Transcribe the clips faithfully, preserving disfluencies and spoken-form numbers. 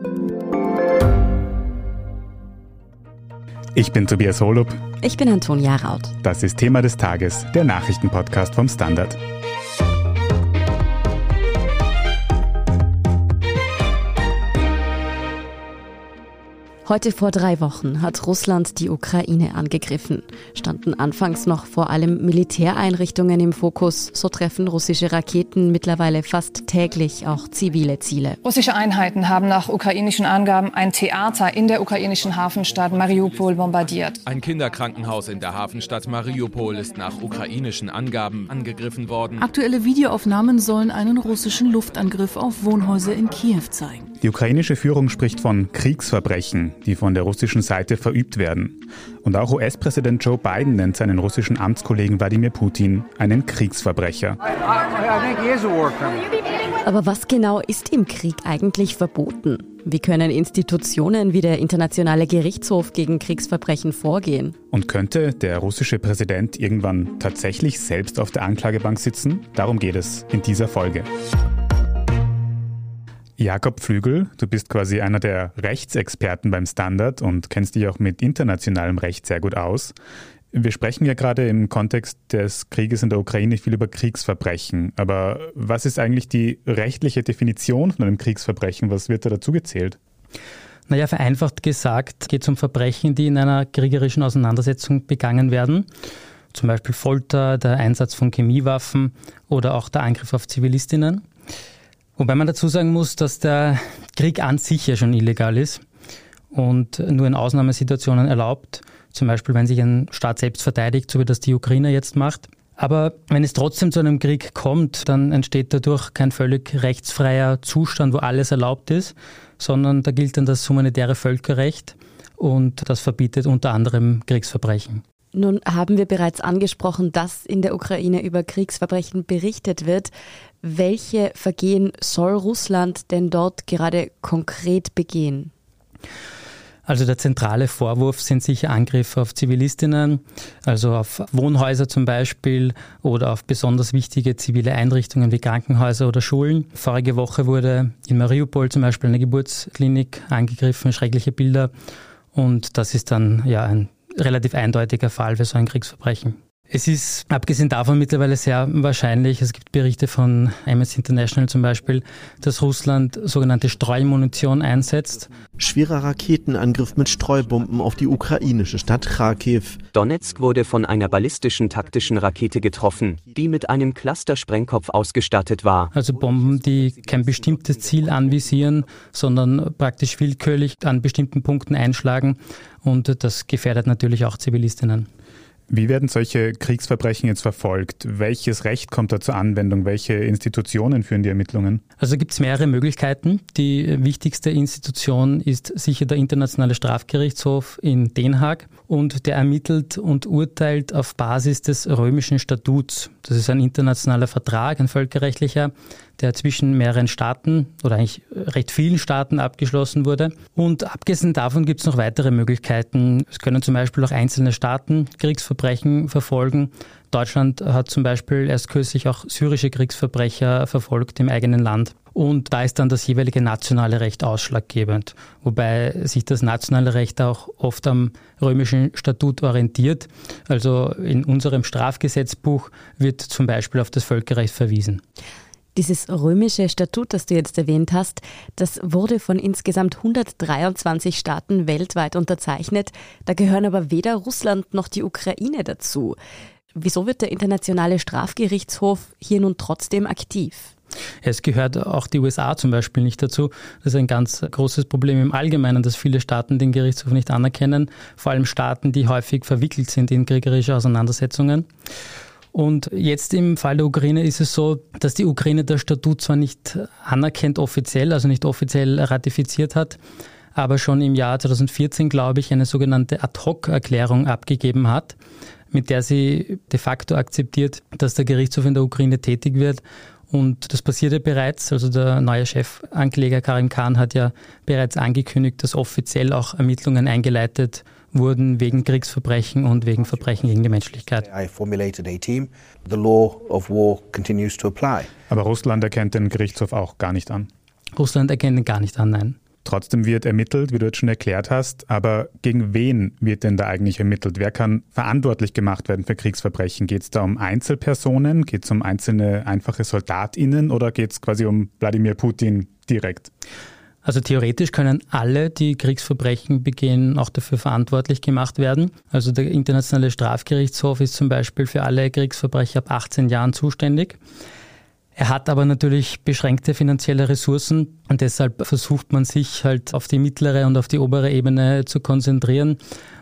Ich bin Tobias Holub. Ich bin Antonia Raut. Das ist Thema des Tages, der Nachrichtenpodcast vom Standard. Heute vor drei Wochen hat Russland die Ukraine angegriffen. Standen anfangs noch vor allem Militäreinrichtungen im Fokus, so treffen russische Raketen mittlerweile fast täglich auch zivile Ziele. Russische Einheiten haben nach ukrainischen Angaben ein Theater in der ukrainischen Hafenstadt Mariupol bombardiert. Ein Kinderkrankenhaus in der Hafenstadt Mariupol ist nach ukrainischen Angaben angegriffen worden. Aktuelle Videoaufnahmen sollen einen russischen Luftangriff auf Wohnhäuser in Kiew zeigen. Die ukrainische Führung spricht von Kriegsverbrechen, die von der russischen Seite verübt werden. Und auch U S-Präsident Joe Biden nennt seinen russischen Amtskollegen Wladimir Putin einen Kriegsverbrecher. Aber was genau ist im Krieg eigentlich verboten? Wie können Institutionen wie der Internationale Gerichtshof gegen Kriegsverbrechen vorgehen? Und könnte der russische Präsident irgendwann tatsächlich selbst auf der Anklagebank sitzen? Darum geht es in dieser Folge. Jakob Flügel, du bist quasi einer der Rechtsexperten beim Standard und kennst dich auch mit internationalem Recht sehr gut aus. Wir sprechen ja gerade im Kontext des Krieges in der Ukraine viel über Kriegsverbrechen. Aber was ist eigentlich die rechtliche Definition von einem Kriegsverbrechen? Was wird da dazu gezählt? Naja, vereinfacht gesagt geht es um Verbrechen, die in einer kriegerischen Auseinandersetzung begangen werden. Zum Beispiel Folter, der Einsatz von Chemiewaffen oder auch der Angriff auf Zivilistinnen. Wobei man dazu sagen muss, dass der Krieg an sich ja schon illegal ist und nur in Ausnahmesituationen erlaubt, zum Beispiel wenn sich ein Staat selbst verteidigt, so wie das die Ukraine jetzt macht. Aber wenn es trotzdem zu einem Krieg kommt, dann entsteht dadurch kein völlig rechtsfreier Zustand, wo alles erlaubt ist, sondern da gilt dann das humanitäre Völkerrecht und das verbietet unter anderem Kriegsverbrechen. Nun haben wir bereits angesprochen, dass in der Ukraine über Kriegsverbrechen berichtet wird. Welche Vergehen soll Russland denn dort gerade konkret begehen? Also der zentrale Vorwurf sind sicher Angriffe auf Zivilistinnen, also auf Wohnhäuser zum Beispiel oder auf besonders wichtige zivile Einrichtungen wie Krankenhäuser oder Schulen. Vorige Woche wurde in Mariupol zum Beispiel eine Geburtsklinik angegriffen, schreckliche Bilder. Und das ist dann ja ein relativ eindeutiger Fall für so ein Kriegsverbrechen. Es ist abgesehen davon mittlerweile sehr wahrscheinlich, es gibt Berichte von Amnesty International zum Beispiel, dass Russland sogenannte Streumunition einsetzt. Schwerer Raketenangriff mit Streubomben auf die ukrainische Stadt Charkiw. Donezk wurde von einer ballistischen taktischen Rakete getroffen, die mit einem Cluster-Sprengkopf ausgestattet war. Also Bomben, die kein bestimmtes Ziel anvisieren, sondern praktisch willkürlich an bestimmten Punkten einschlagen und das gefährdet natürlich auch Zivilistinnen. Wie werden solche Kriegsverbrechen jetzt verfolgt? Welches Recht kommt da zur Anwendung? Welche Institutionen führen die Ermittlungen? Also gibt es mehrere Möglichkeiten. Die wichtigste Institution ist sicher der Internationale Strafgerichtshof in Den Haag und der ermittelt und urteilt auf Basis des Römischen Statuts. Das ist ein internationaler Vertrag, ein völkerrechtlicher, der zwischen mehreren Staaten oder eigentlich recht vielen Staaten abgeschlossen wurde. Und abgesehen davon gibt es noch weitere Möglichkeiten. Es können zum Beispiel auch einzelne Staaten Kriegsverbrechen verfolgen. Deutschland hat zum Beispiel erst kürzlich auch syrische Kriegsverbrecher verfolgt im eigenen Land. Und da ist dann das jeweilige nationale Recht ausschlaggebend, wobei sich das nationale Recht auch oft am römischen Statut orientiert. Also in unserem Strafgesetzbuch wird zum Beispiel auf das Völkerrecht verwiesen. Dieses römische Statut, das du jetzt erwähnt hast, das wurde von insgesamt hundertdreiundzwanzig Staaten weltweit unterzeichnet. Da gehören aber weder Russland noch die Ukraine dazu. Wieso wird der Internationale Strafgerichtshof hier nun trotzdem aktiv? Es gehört auch die U S A zum Beispiel nicht dazu. Das ist ein ganz großes Problem im Allgemeinen, dass viele Staaten den Gerichtshof nicht anerkennen. Vor allem Staaten, die häufig verwickelt sind in kriegerische Auseinandersetzungen. Und jetzt im Fall der Ukraine ist es so, dass die Ukraine das Statut zwar nicht anerkennt offiziell, also nicht offiziell ratifiziert hat, aber schon im Jahr zweitausendvierzehn, glaube ich, eine sogenannte Ad-hoc-Erklärung abgegeben hat, mit der sie de facto akzeptiert, dass der Gerichtshof in der Ukraine tätig wird. Und das passierte bereits, also der neue Chefankläger Karim Khan hat ja bereits angekündigt, dass offiziell auch Ermittlungen eingeleitet wurden wegen Kriegsverbrechen und wegen Verbrechen gegen die Menschlichkeit. Aber Russland erkennt den Gerichtshof auch gar nicht an. Russland erkennt ihn gar nicht an, nein. Trotzdem wird ermittelt, wie du jetzt schon erklärt hast. Aber gegen wen wird denn da eigentlich ermittelt? Wer kann verantwortlich gemacht werden für Kriegsverbrechen? Geht es da um Einzelpersonen? Geht es um einzelne einfache SoldatInnen oder geht es quasi um Wladimir Putin direkt? Also theoretisch können alle, die Kriegsverbrechen begehen, auch dafür verantwortlich gemacht werden. Also der Internationale Strafgerichtshof ist zum Beispiel für alle Kriegsverbrecher ab achtzehn Jahren zuständig. Er hat aber natürlich beschränkte finanzielle Ressourcen und deshalb versucht man sich halt auf die mittlere und auf die obere Ebene zu konzentrieren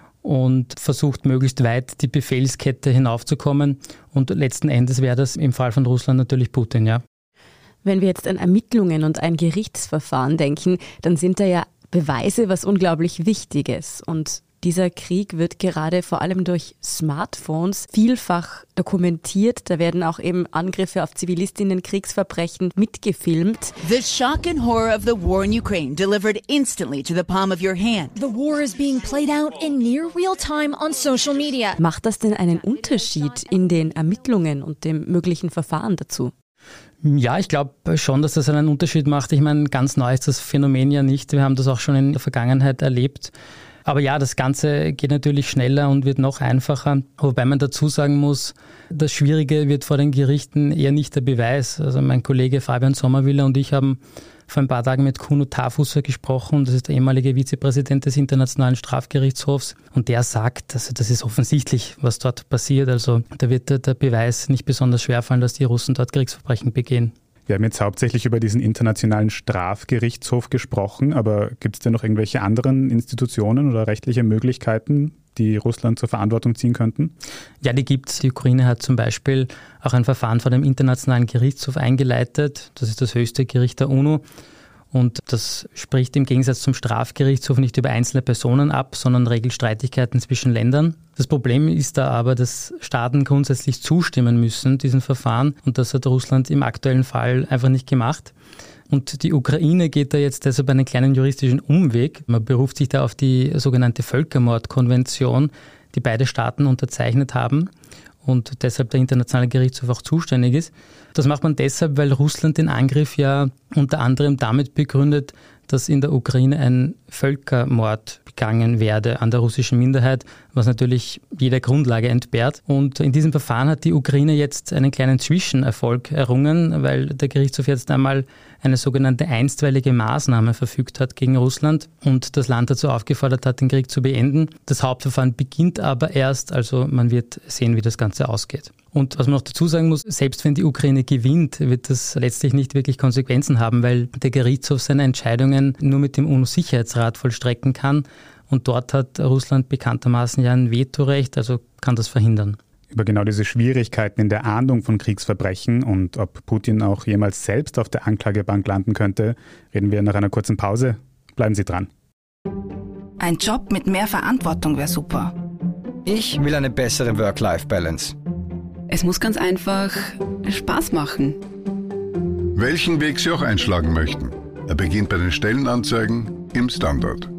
und versucht möglichst weit die Befehlskette hinaufzukommen. Und letzten Endes wäre das im Fall von Russland natürlich Putin, ja. Wenn wir jetzt an Ermittlungen und ein Gerichtsverfahren denken, dann sind da ja Beweise was unglaublich Wichtiges. Und dieser Krieg wird gerade vor allem durch Smartphones vielfach dokumentiert. Da werden auch eben Angriffe auf Zivilistinnen, Kriegsverbrechen mitgefilmt. The shock and horror of the war in Ukraine delivered instantly to the palm of your hand. The war is being played out in near real time on social media. Macht das denn einen Unterschied in den Ermittlungen und dem möglichen Verfahren dazu? Ja, ich glaube schon, dass das einen Unterschied macht. Ich meine, ganz neu ist das Phänomen ja nicht. Wir haben das auch schon in der Vergangenheit erlebt. Aber ja, das Ganze geht natürlich schneller und wird noch einfacher. Wobei man dazu sagen muss, das Schwierige wird vor den Gerichten eher nicht der Beweis. Also mein Kollege Fabian Sommerwiller und ich haben vor ein paar Tagen mit Kuno Tarfusser gesprochen. Das ist der ehemalige Vizepräsident des Internationalen Strafgerichtshofs. Und der sagt, also das ist offensichtlich, was dort passiert. Also da wird der Beweis nicht besonders schwerfallen, dass die Russen dort Kriegsverbrechen begehen. Wir haben jetzt hauptsächlich über diesen Internationalen Strafgerichtshof gesprochen, aber gibt es denn noch irgendwelche anderen Institutionen oder rechtliche Möglichkeiten, die Russland zur Verantwortung ziehen könnten? Ja, die gibt es. Die Ukraine hat zum Beispiel auch ein Verfahren vor dem Internationalen Gerichtshof eingeleitet. Das ist das höchste Gericht der UNO. Und das spricht im Gegensatz zum Strafgerichtshof nicht über einzelne Personen ab, sondern regelt Streitigkeiten zwischen Ländern. Das Problem ist da aber, dass Staaten grundsätzlich zustimmen müssen, diesem Verfahren. Und das hat Russland im aktuellen Fall einfach nicht gemacht. Und die Ukraine geht da jetzt deshalb einen kleinen juristischen Umweg. Man beruft sich da auf die sogenannte Völkermordkonvention, die beide Staaten unterzeichnet haben und deshalb der Internationale Gerichtshof auch zuständig ist. Das macht man deshalb, weil Russland den Angriff ja unter anderem damit begründet, dass in der Ukraine ein Völkermord begangen werde an der russischen Minderheit, was natürlich jeder Grundlage entbehrt. Und in diesem Verfahren hat die Ukraine jetzt einen kleinen Zwischenerfolg errungen, weil der Gerichtshof jetzt einmal eine sogenannte einstweilige Maßnahme verfügt hat gegen Russland und das Land dazu aufgefordert hat, den Krieg zu beenden. Das Hauptverfahren beginnt aber erst, also man wird sehen, wie das Ganze ausgeht. Und was man noch dazu sagen muss, selbst wenn die Ukraine gewinnt, wird das letztlich nicht wirklich Konsequenzen haben, weil der Gerichtshof seine Entscheidungen nur mit dem UNO-Sicherheitsrat vollstrecken kann. Und dort hat Russland bekanntermaßen ja ein Vetorecht, also kann das verhindern. Über genau diese Schwierigkeiten in der Ahndung von Kriegsverbrechen und ob Putin auch jemals selbst auf der Anklagebank landen könnte, reden wir nach einer kurzen Pause. Bleiben Sie dran. Ein Job mit mehr Verantwortung wäre super. Ich will eine bessere Work-Life-Balance. Es muss ganz einfach Spaß machen. Welchen Weg Sie auch einschlagen möchten. Er beginnt bei den Stellenanzeigen im Standard.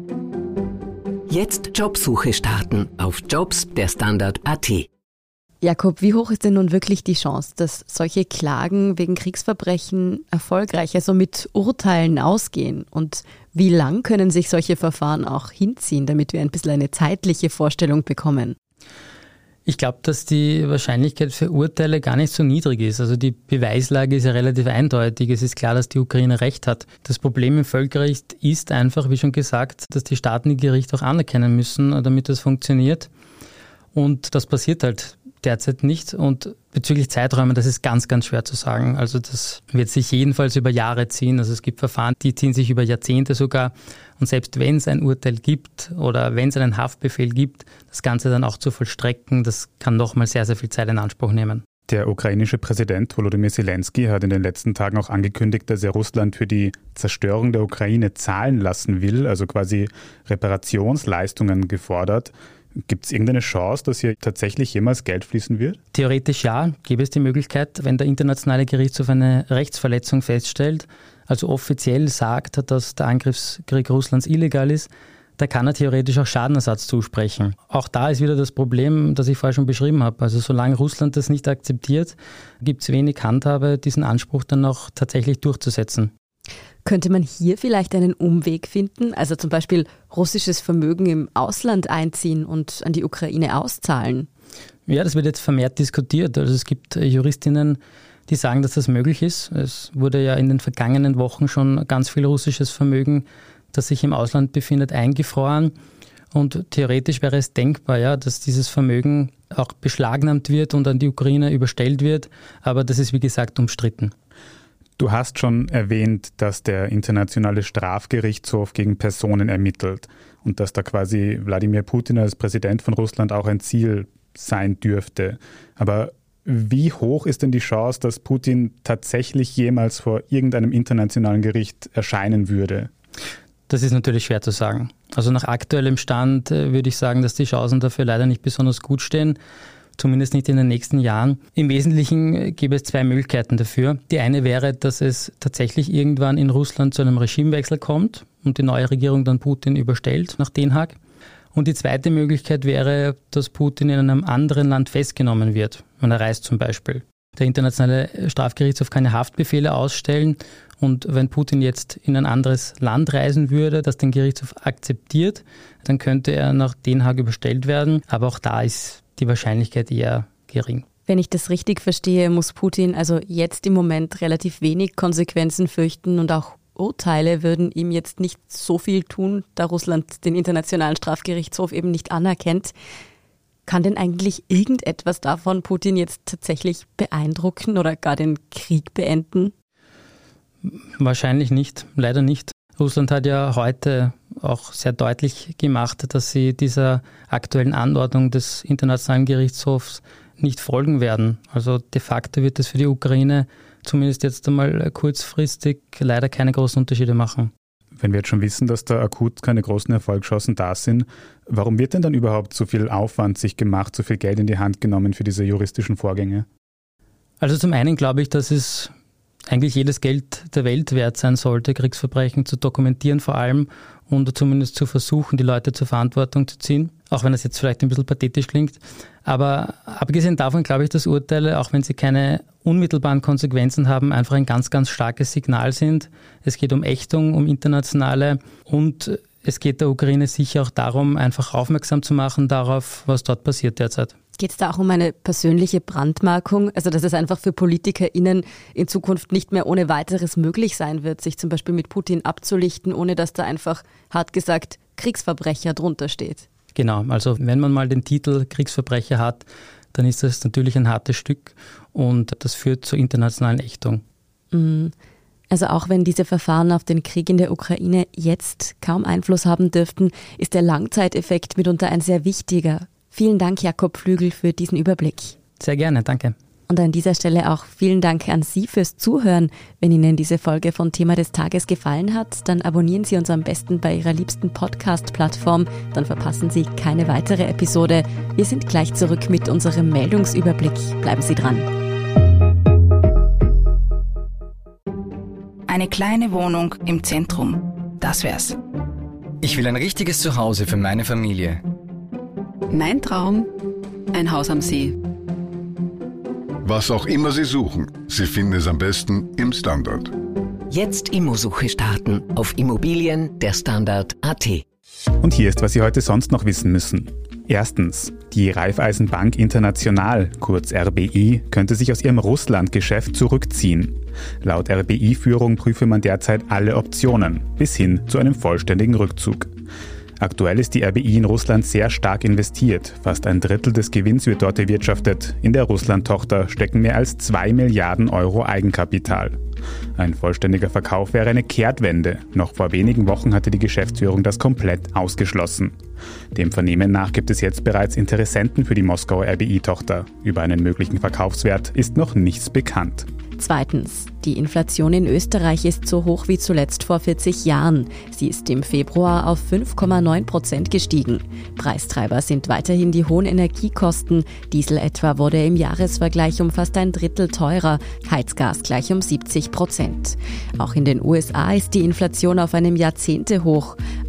Jetzt Jobsuche starten auf jobs der Standard punkt a t. Jakob, wie hoch ist denn nun wirklich die Chance, dass solche Klagen wegen Kriegsverbrechen erfolgreich, also mit Urteilen ausgehen? Und wie lang können sich solche Verfahren auch hinziehen, damit wir ein bisschen eine zeitliche Vorstellung bekommen? Ich glaube, dass die Wahrscheinlichkeit für Urteile gar nicht so niedrig ist. Also die Beweislage ist ja relativ eindeutig. Es ist klar, dass die Ukraine Recht hat. Das Problem im Völkerrecht ist einfach, wie schon gesagt, dass die Staaten die Gerichte auch anerkennen müssen, damit das funktioniert. Und das passiert halt derzeit nicht. Und bezüglich Zeiträumen, das ist ganz, ganz schwer zu sagen. Also das wird sich jedenfalls über Jahre ziehen. Also es gibt Verfahren, die ziehen sich über Jahrzehnte sogar. Und selbst wenn es ein Urteil gibt oder wenn es einen Haftbefehl gibt, das Ganze dann auch zu vollstrecken, das kann nochmal sehr, sehr viel Zeit in Anspruch nehmen. Der ukrainische Präsident Volodymyr Zelensky hat in den letzten Tagen auch angekündigt, dass er Russland für die Zerstörung der Ukraine zahlen lassen will, also quasi Reparationsleistungen gefordert. Gibt es irgendeine Chance, dass hier tatsächlich jemals Geld fließen wird? Theoretisch ja, gäbe es die Möglichkeit, wenn der Internationale Gerichtshof eine Rechtsverletzung feststellt, also offiziell sagt, dass der Angriffskrieg Russlands illegal ist, da kann er theoretisch auch Schadenersatz zusprechen. Auch da ist wieder das Problem, das ich vorher schon beschrieben habe. Also solange Russland das nicht akzeptiert, gibt es wenig Handhabe, diesen Anspruch dann auch tatsächlich durchzusetzen. Könnte man hier vielleicht einen Umweg finden, also zum Beispiel russisches Vermögen im Ausland einziehen und an die Ukraine auszahlen? Ja, das wird jetzt vermehrt diskutiert. Also es gibt Juristinnen, die sagen, dass das möglich ist. Es wurde ja in den vergangenen Wochen schon ganz viel russisches Vermögen, das sich im Ausland befindet, eingefroren. Und theoretisch wäre es denkbar, ja, dass dieses Vermögen auch beschlagnahmt wird und an die Ukraine überstellt wird. Aber das ist, wie gesagt, umstritten. Du hast schon erwähnt, dass der Internationale Strafgerichtshof gegen Personen ermittelt und dass da quasi Wladimir Putin als Präsident von Russland auch ein Ziel sein dürfte. Aber wie hoch ist denn die Chance, dass Putin tatsächlich jemals vor irgendeinem internationalen Gericht erscheinen würde? Das ist natürlich schwer zu sagen. Also nach aktuellem Stand äh, würde ich sagen, dass die Chancen dafür leider nicht besonders gut stehen. Zumindest nicht in den nächsten Jahren. Im Wesentlichen gäbe es zwei Möglichkeiten dafür. Die eine wäre, dass es tatsächlich irgendwann in Russland zu einem Regimewechsel kommt und die neue Regierung dann Putin überstellt nach Den Haag. Und die zweite Möglichkeit wäre, dass Putin in einem anderen Land festgenommen wird, wenn er reist zum Beispiel. Der Internationale Strafgerichtshof kann ja Haftbefehle ausstellen und wenn Putin jetzt in ein anderes Land reisen würde, das den Gerichtshof akzeptiert, dann könnte er nach Den Haag überstellt werden. Aber auch da ist die Wahrscheinlichkeit eher gering. Wenn ich das richtig verstehe, muss Putin also jetzt im Moment relativ wenig Konsequenzen fürchten und auch Urteile würden ihm jetzt nicht so viel tun, da Russland den Internationalen Strafgerichtshof eben nicht anerkennt. Kann denn eigentlich irgendetwas davon Putin jetzt tatsächlich beeindrucken oder gar den Krieg beenden? Wahrscheinlich nicht, leider nicht. Russland hat ja heute auch sehr deutlich gemacht, dass sie dieser aktuellen Anordnung des Internationalen Gerichtshofs nicht folgen werden. Also de facto wird es für die Ukraine zumindest jetzt einmal kurzfristig leider keine großen Unterschiede machen. Wenn wir jetzt schon wissen, dass da akut keine großen Erfolgschancen da sind, warum wird denn dann überhaupt so viel Aufwand sich gemacht, so viel Geld in die Hand genommen für diese juristischen Vorgänge? Also zum einen glaube ich, dass es eigentlich jedes Geld der Welt wert sein sollte, Kriegsverbrechen zu dokumentieren vor allem und zumindest zu versuchen, die Leute zur Verantwortung zu ziehen, auch wenn das jetzt vielleicht ein bisschen pathetisch klingt. Aber abgesehen davon glaube ich, dass Urteile, auch wenn sie keine unmittelbaren Konsequenzen haben, einfach ein ganz, ganz starkes Signal sind. Es geht um Ächtung, um internationale und es geht der Ukraine sicher auch darum, einfach aufmerksam zu machen darauf, was dort passiert derzeit. Geht es da auch um eine persönliche Brandmarkung? Also dass es einfach für PolitikerInnen in Zukunft nicht mehr ohne weiteres möglich sein wird, sich zum Beispiel mit Putin abzulichten, ohne dass da einfach, hart gesagt, Kriegsverbrecher drunter steht? Genau, also wenn man mal den Titel Kriegsverbrecher hat, dann ist das natürlich ein hartes Stück und das führt zur internationalen Ächtung. Also auch wenn diese Verfahren auf den Krieg in der Ukraine jetzt kaum Einfluss haben dürften, ist der Langzeiteffekt mitunter ein sehr wichtiger. Vielen Dank, Jakob Flügel, für diesen Überblick. Sehr gerne, danke. Und an dieser Stelle auch vielen Dank an Sie fürs Zuhören. Wenn Ihnen diese Folge von Thema des Tages gefallen hat, dann abonnieren Sie uns am besten bei Ihrer liebsten Podcast-Plattform. Dann verpassen Sie keine weitere Episode. Wir sind gleich zurück mit unserem Meldungsüberblick. Bleiben Sie dran. Eine kleine Wohnung im Zentrum. Das wär's. Ich will ein richtiges Zuhause für meine Familie. Mein Traum, ein Haus am See. Was auch immer Sie suchen, Sie finden es am besten im Standard. Jetzt Immosuche starten auf Immobilien der Standard Punkt a t. Und hier ist, was Sie heute sonst noch wissen müssen. Erstens, die Raiffeisenbank International, kurz R B I, könnte sich aus ihrem Russland-Geschäft zurückziehen. Laut R B I-Führung prüfe man derzeit alle Optionen, bis hin zu einem vollständigen Rückzug. Aktuell ist die R B I in Russland sehr stark investiert. Fast ein Drittel des Gewinns wird dort erwirtschaftet. In der Russland-Tochter stecken mehr als zwei Milliarden Euro Eigenkapital. Ein vollständiger Verkauf wäre eine Kehrtwende. Noch vor wenigen Wochen hatte die Geschäftsführung das komplett ausgeschlossen. Dem Vernehmen nach gibt es jetzt bereits Interessenten für die Moskauer R B I-Tochter. Über einen möglichen Verkaufswert ist noch nichts bekannt. Zweitens. Die Inflation in Österreich ist so hoch wie zuletzt vor vierzig Jahren. Sie ist im Februar auf fünf Komma neun Prozent gestiegen. Preistreiber sind weiterhin die hohen Energiekosten. Diesel etwa wurde im Jahresvergleich um fast ein Drittel teurer, Heizgas gleich um siebzig Prozent. Auch in den U S A ist die Inflation auf einem Jahrzehnte hoch.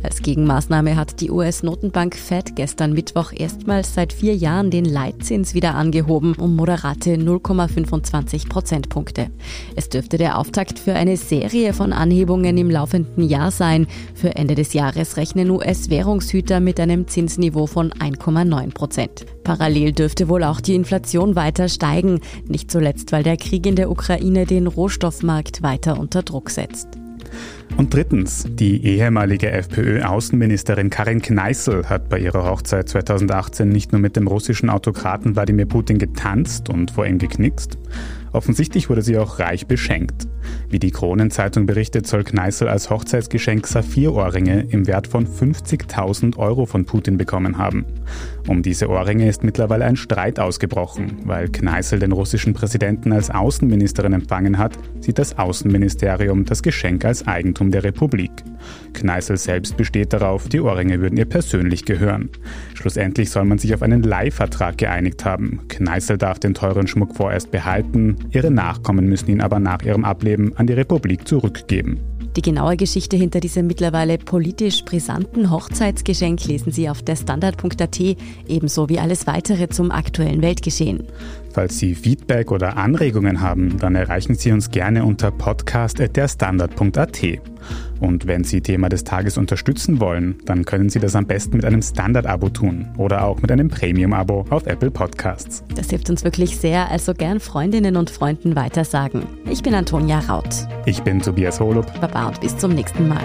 Als Gegenmaßnahme hat die U S-Notenbank Fed gestern Mittwoch erstmals seit vier Jahren den Leitzins wieder angehoben um moderate null Komma fünfundzwanzig Prozentpunkte. Es dürfte der Auftakt für eine Serie von Anhebungen im laufenden Jahr sein. Für Ende des Jahres rechnen U S-Währungshüter mit einem Zinsniveau von eins Komma neun Prozent. Parallel dürfte wohl auch die Inflation weiter steigen, nicht zuletzt, weil der Krieg in der Ukraine den Rohstoffmarkt weiter unter Druck setzt. Und drittens, die ehemalige FPÖ-Außenministerin Karin Kneißl hat bei ihrer Hochzeit zweitausendachtzehn nicht nur mit dem russischen Autokraten Wladimir Putin getanzt und vor ihm geknickst. Offensichtlich wurde sie auch reich beschenkt. Wie die Kronenzeitung berichtet, soll Kneißl als Hochzeitsgeschenk Saphirohrringe im Wert von fünfzigtausend Euro von Putin bekommen haben. Um diese Ohrringe ist mittlerweile ein Streit ausgebrochen. Weil Kneißl den russischen Präsidenten als Außenministerin empfangen hat, sieht das Außenministerium das Geschenk als Eigentum der Republik. Kneißl selbst besteht darauf, die Ohrringe würden ihr persönlich gehören. Schlussendlich soll man sich auf einen Leihvertrag geeinigt haben. Kneißl darf den teuren Schmuck vorerst behalten, ihre Nachkommen müssen ihn aber nach ihrem Ableben an die Republik zurückgeben. Die genaue Geschichte hinter diesem mittlerweile politisch brisanten Hochzeitsgeschenk lesen Sie auf der Standard punkt a t, ebenso wie alles weitere zum aktuellen Weltgeschehen. Falls Sie Feedback oder Anregungen haben, dann erreichen Sie uns gerne unter podcast at der standard punkt a t. Und wenn Sie Thema des Tages unterstützen wollen, dann können Sie das am besten mit einem Standard-Abo tun oder auch mit einem Premium-Abo auf Apple Podcasts. Das hilft uns wirklich sehr, also gern Freundinnen und Freunden weitersagen. Ich bin Antonia Raut. Ich bin Tobias Holub. Baba und bis zum nächsten Mal.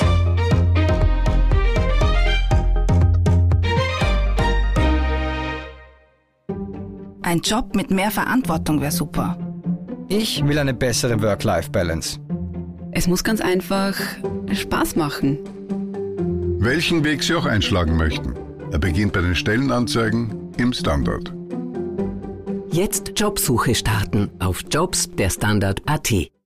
Ein Job mit mehr Verantwortung wäre super. Ich will eine bessere Work-Life-Balance. Es muss ganz einfach Spaß machen. Welchen Weg Sie auch einschlagen möchten. Er beginnt bei den Stellenanzeigen im Standard. Jetzt Jobsuche starten auf jobs der Standard punkt a t.